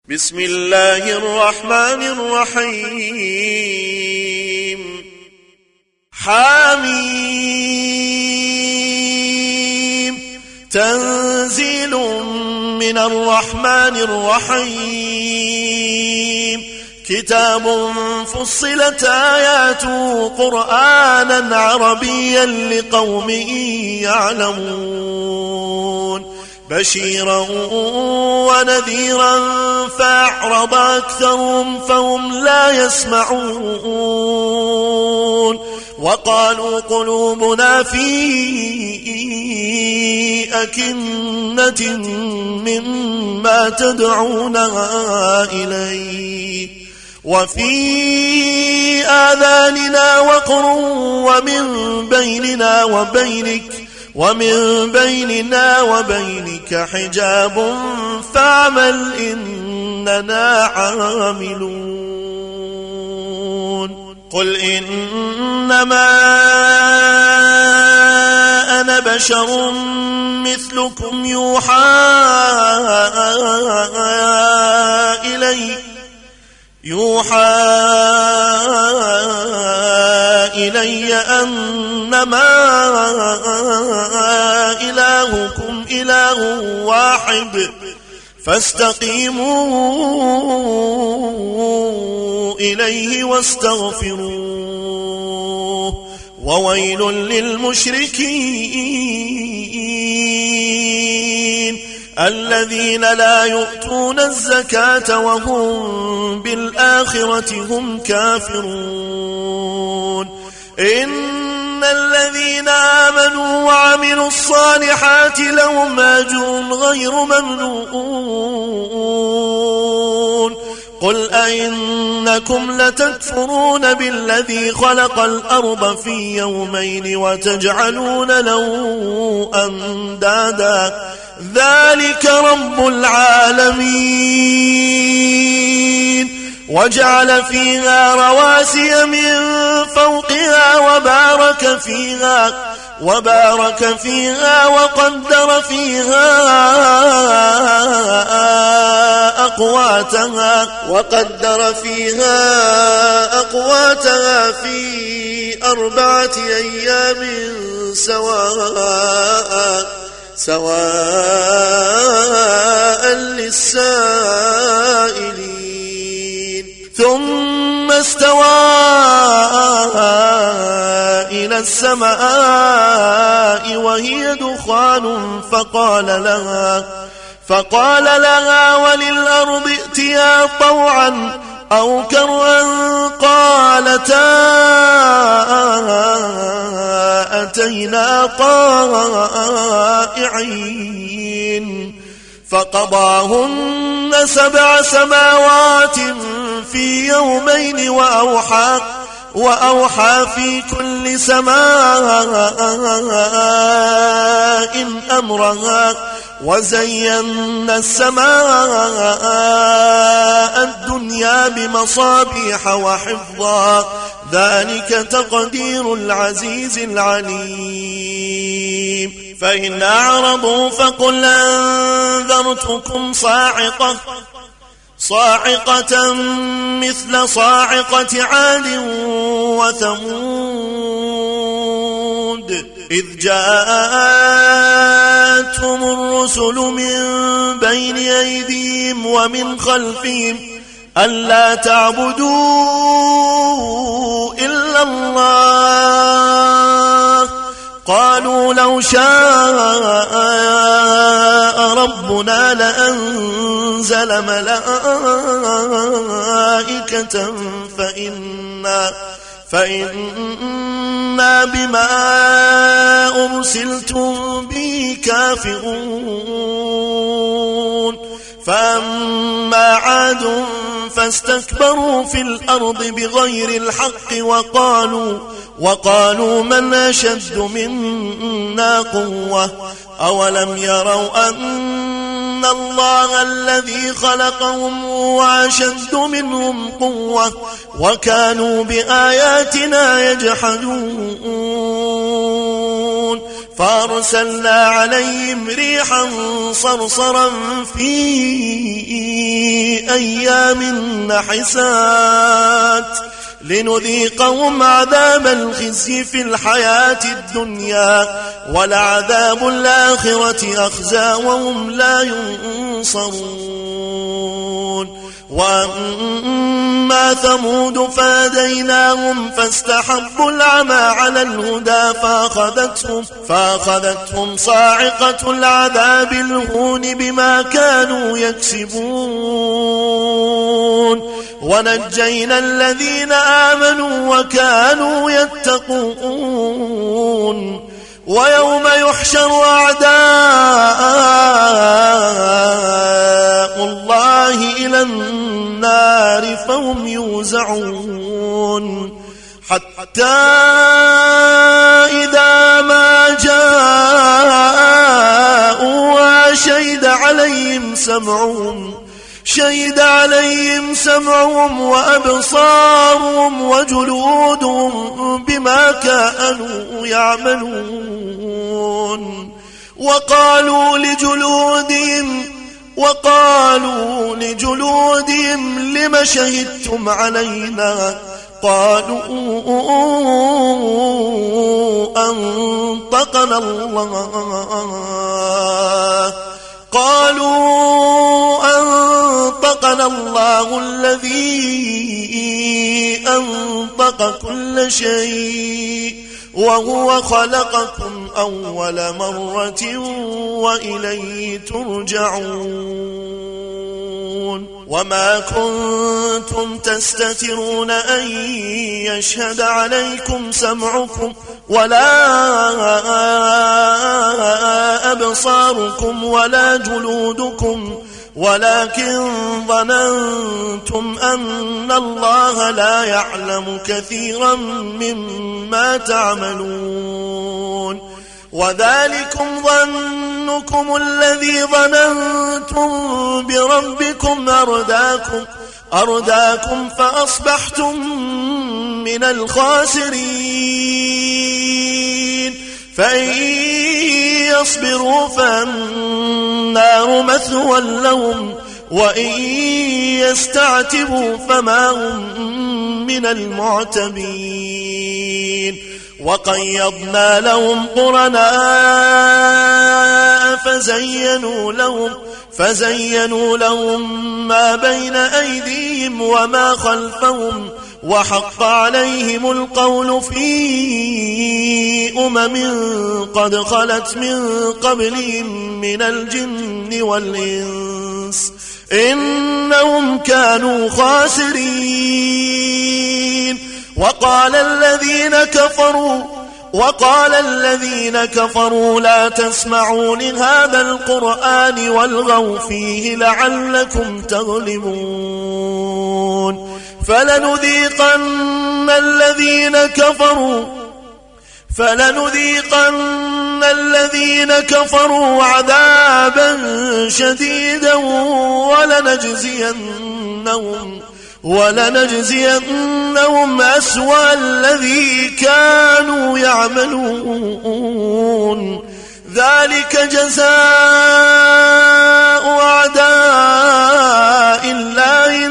بسم الله الرحمن الرحيم حميم تنزيل من الرحمن الرحيم كتاب فصلت آياته قرآنا عربيا لقوم يعلمون بشيرا ونذيرا فأعرض أكثرهم فهم لا يسمعون وقالوا قلوبنا في أكنة مما تدعونها إليه وفي آذاننا وقر ومن بيننا وبينك حجاب فاعمل إننا عاملون قل إنما أنا بشر مثلكم يوحى إلي أنما إلهكم إله واحد فاستقيموا إليه واستغفروه وويل للمشركين الذين لا يؤتون الزكاة وهم بالآخرة هم كافرون إن الذين آمنوا وعملوا الصالحات لهم أجر غير ممنون قل أئنكم لتكفرون بالذي خلق الأرض في يومين وتجعلون له أندادا ذلك رب العالمين وجعل فيها رواسي من فوقها وبارك فيها وقدر فيها أقواتها في 4 أيام سواء للسائلين ثم استوى إلى السماء وهي دخان فقال لها وللأرض ائتيا طوعا أو كرها قالتا أتينا طائعين فقضاهن 7 سماوات في يومين وأوحى في كل سماء أمرها وزينا السماء الدنيا بمصابيح وحفظا ذلك تقدير العزيز العليم فإن أعرضوا فقل أنذرتكم صاعقة مثل صاعقة عاد وثمود إذ جاءتهم الرسل من بين أيديهم ومن خلفهم ألا تعبدوا إلا الله قالوا لو شاء ربنا لأنزل ملائكة فإنا بما أرسلتم به كافرون فأما عاد فاستكبروا في الأرض بغير الحق وقالوا من أشد منا قوة أولم يروا أن الله الذي خلقهم وأشد منهم قوة وكانوا بآياتنا يجحدون فأرسلنا عليهم ريحا صرصرا في أيام نحسات لنذيقهم عذاب الخزي في الحياة الدنيا ولعذاب الآخرة أخزى وهم لا ينصرون. وأما ثمود فهديناهم فاستحبوا العمى على الهدى فأخذتهم صاعقة العذاب الهون بما كانوا يكسبون ونجينا الذين آمنوا وكانوا يتقون. ويوم يحشر أعداء الله إلى النار فهم يوزعون حتى إذا ما جاءوا شهد عليهم سمعهم وأبصارهم وجلودهم بما كانوا يعملون. وقالوا لجلودهم لم شهدتم علينا قالوا أنطقنا الله الذي أنطق كل شيء وهو خلقكم أول مرة وإليه ترجعون. وما كنتم تستترون أن يشهد عليكم سمعكم ولا أبصاركم ولا جلودكم ولكن ظننتم أن الله لا يعلم كثيرا مما تعملون. وذلكم ظنكم الذي ظننتم بربكم أرداكم فأصبحتم من الخاسرين. فإن يصبروا فالنار مثوى لهم وإن يستعتبوا فما هم من المعتبين. وقيضنا لهم قرناء فزينوا لهم ما بين أيديهم وما خلفهم وحق عليهم القول في قد خلت من قبلهم من الجن والإنس إنهم كانوا خاسرين. وقال الذين كفروا لا تسمعوا لهذا القرآن والغوا فيه لعلكم تغلبون. فلنذيقن الذين كفروا عذابا شديدا ولنجزينهم أسوأ الذي كانوا يعملون. ذلك جزاء أعداء الله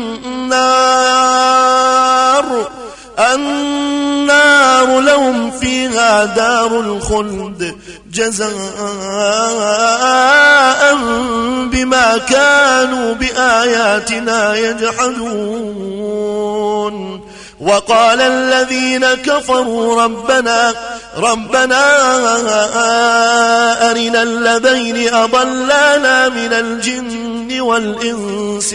النار لهم فيها دار الخلد جزاء بما كانوا بآياتنا يجحدون. وقال الذين كفروا ربنا أرنا الذين أضلانا من الجن والإنس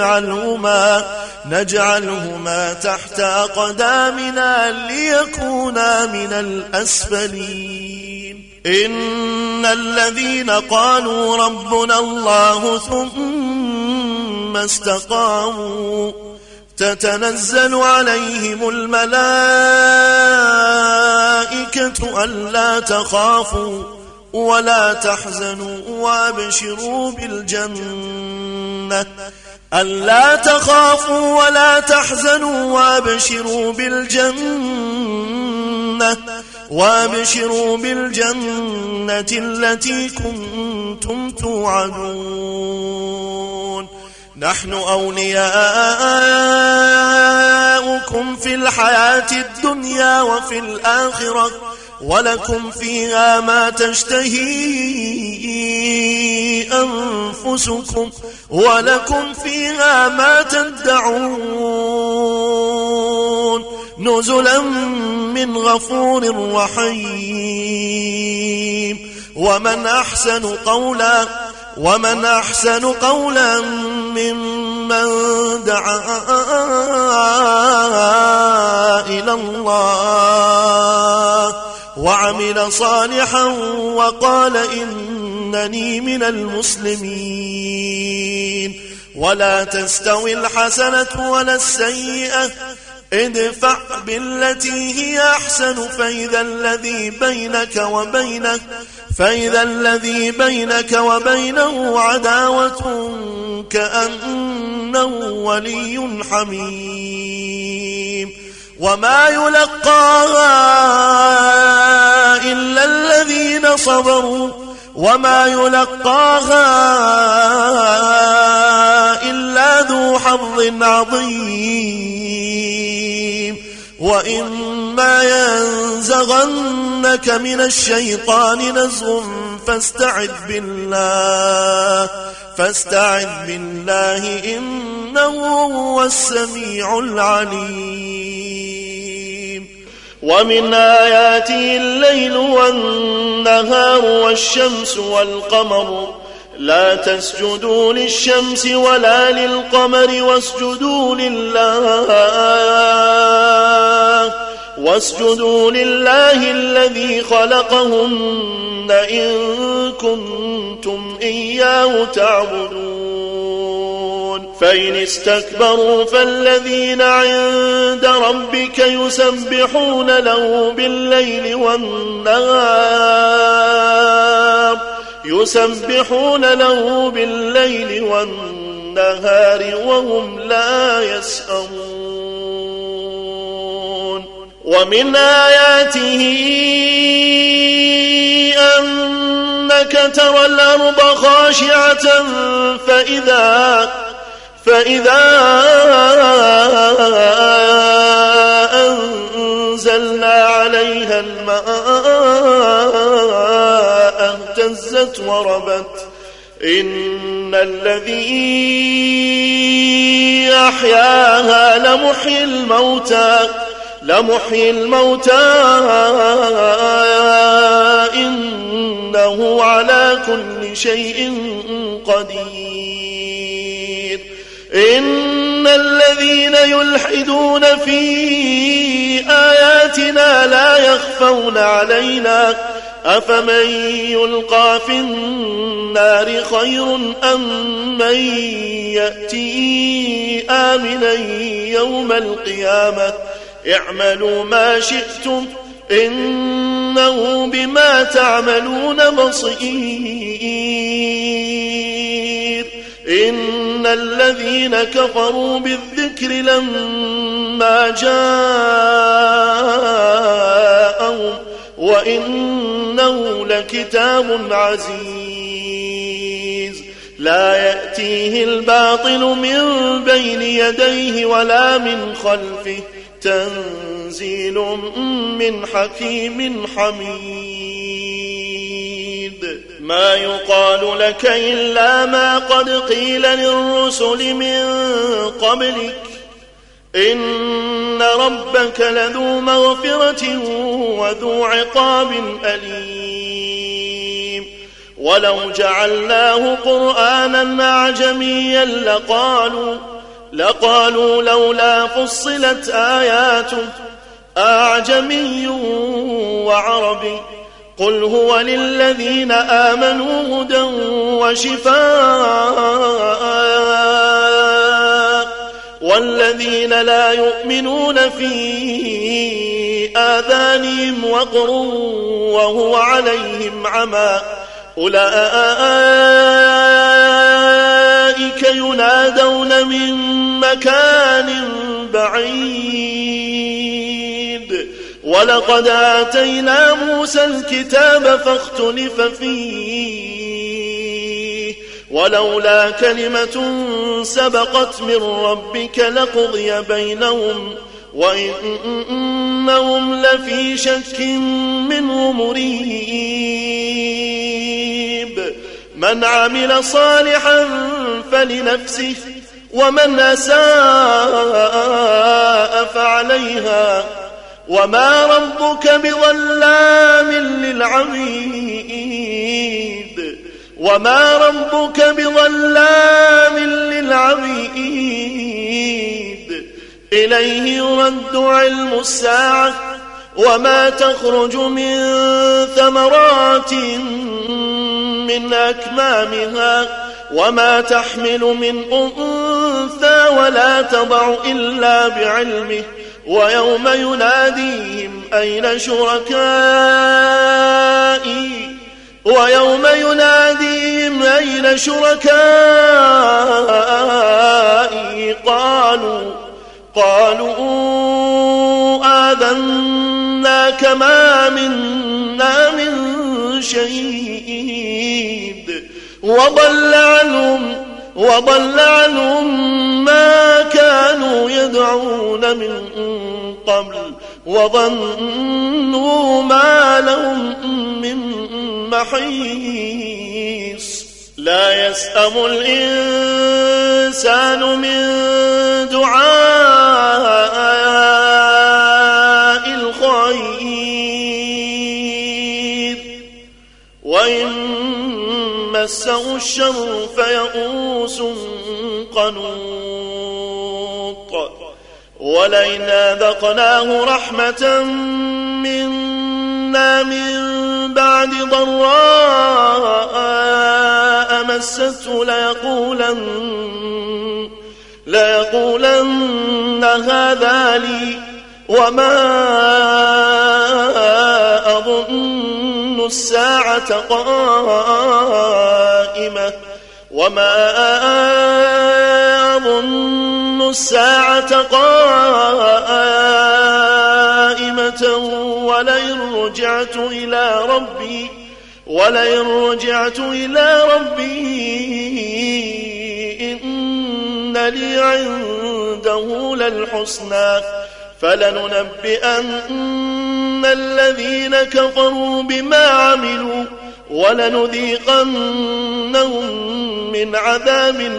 نجعلهما تحت أقدامنا ليكونا من الأسفلين. إن الذين قالوا ربنا الله ثم استقاموا تتنزل عليهم الملائكة ألا تخافوا ولا تحزنوا وابشروا بالجنة التي كنتم توعدون. نحن أولياؤكم في الحياة الدنيا وفي الآخرة ولكم فيها ما تشتهي أنفسكم ولكم فيها ما تدعون نزلا من غفور رحيم. ومن أحسن قولا ممن دعا إلى الله وعمل صالحا وقال إنني من المسلمين. ولا تستوي الحسنة ولا السيئة ادفع بالتي هي أحسن فإذا الذي بينك وبينه عداوة كأنه ولي حميم. وما يلقاها إلا الذين صبروا وما يلقاها إلا ذو حظ عظيم. وإما ينزغنك من الشيطان نزغ فاستعذ بالله إنه هو السميع العليم. ومن آياته الليل والنهار والشمس والقمر لا تسجدوا للشمس ولا للقمر واسجدوا لله الذي خلقهن إن كنتم إياه تعبدون. فإن استكبروا فالذين عند ربك يسبحون له بالليل والنهار وهم لا يسأمون. ومن آياته أنك ترى الأرض خاشعة فإذا أنزلنا عليها الماء اهتزت وربت إن الذي أحياها لمحيي الموتى إنه على كل شيء قدير. إن الذين يلحدون في آياتنا لا يخفون علينا أفمن يلقى في النار خير أم من يأتي آمنا يوم القيامة اعملوا ما شئتم إنه بما تعملون بصير. إن الذين كفروا بالذكر لما جاءهم وإنه لكتاب عزيز لا يأتيه الباطل من بين يديه ولا من خلفه تنزيل من حكيم حميد. ما يقال لك إلا ما قد قيل للرسل من قبلك إن ربك لذو مغفرة وذو عقاب أليم. ولو جعلناه قرآنا أعجميا لقالوا لولا فصلت آياته أعجمي وعربي قل هو للذين آمنوا هدى وشفاء والذين لا يؤمنون في آذانهم وقر وهو عليهم عمى أولئك ينادون من مكان بعيد. ولقد آتينا موسى الكتاب فاختلف فيه ولولا كلمة سبقت من ربك لقضي بينهم وإنهم لفي شك منه مريب من عمل صالحا فلنفسه ومن أساء فعليها وما ربك بظلام للعبيد إليه يرد علم الساعة وما تخرج من ثمرات من أكمامها وما تحمل من أنثى ولا تضع إلا بعلمه ويوم يناديهم أين شركائي قالوا آذناك ما منا من شهيد وضل عنهم ما كانوا يدعون من قبل وظنوا ما لهم من محيص لا يسأم الإنسان من دعاء الخير وإن مسه الشر فيئوس قنوط ولئن أذقناه رحمة منا من بعد ضراء مسته ليقولن هذا لي وما أظن الساعة قائمة ولئن رجعت إلى ربي إن لي عنده للحسنى فلننبئن الذين كفروا بما عملوا ولنذيقنهم من عذاب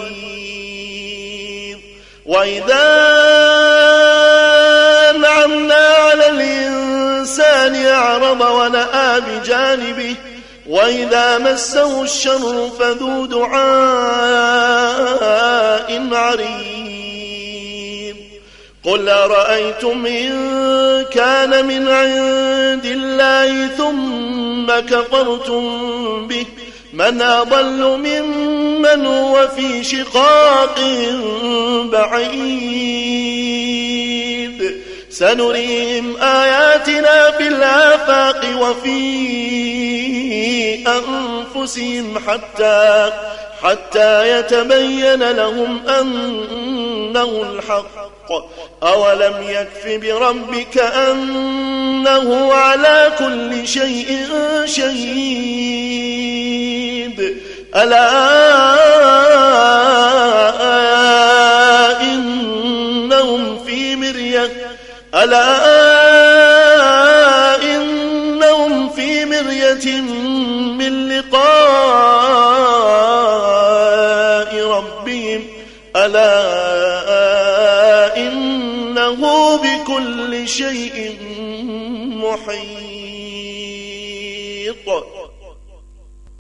غليظ وإذا أنعمنا على الإنسان أعرض ونأى بجانبه وإذا مسه الشر فذو دعاء عريض قل أرأيتم إن كان من عند الله ثم كفرتم به من أضل ممن هو في شقاق بعيد سنريهم آياتنا في الآفاق وفي أنفسهم حتى يتبين لهم أنه الحق أولم يكف بربك أنه على كل شيء شهيد ألا إنهم في مرية من لقاء ربهم ألا إنه بكل شيء محيط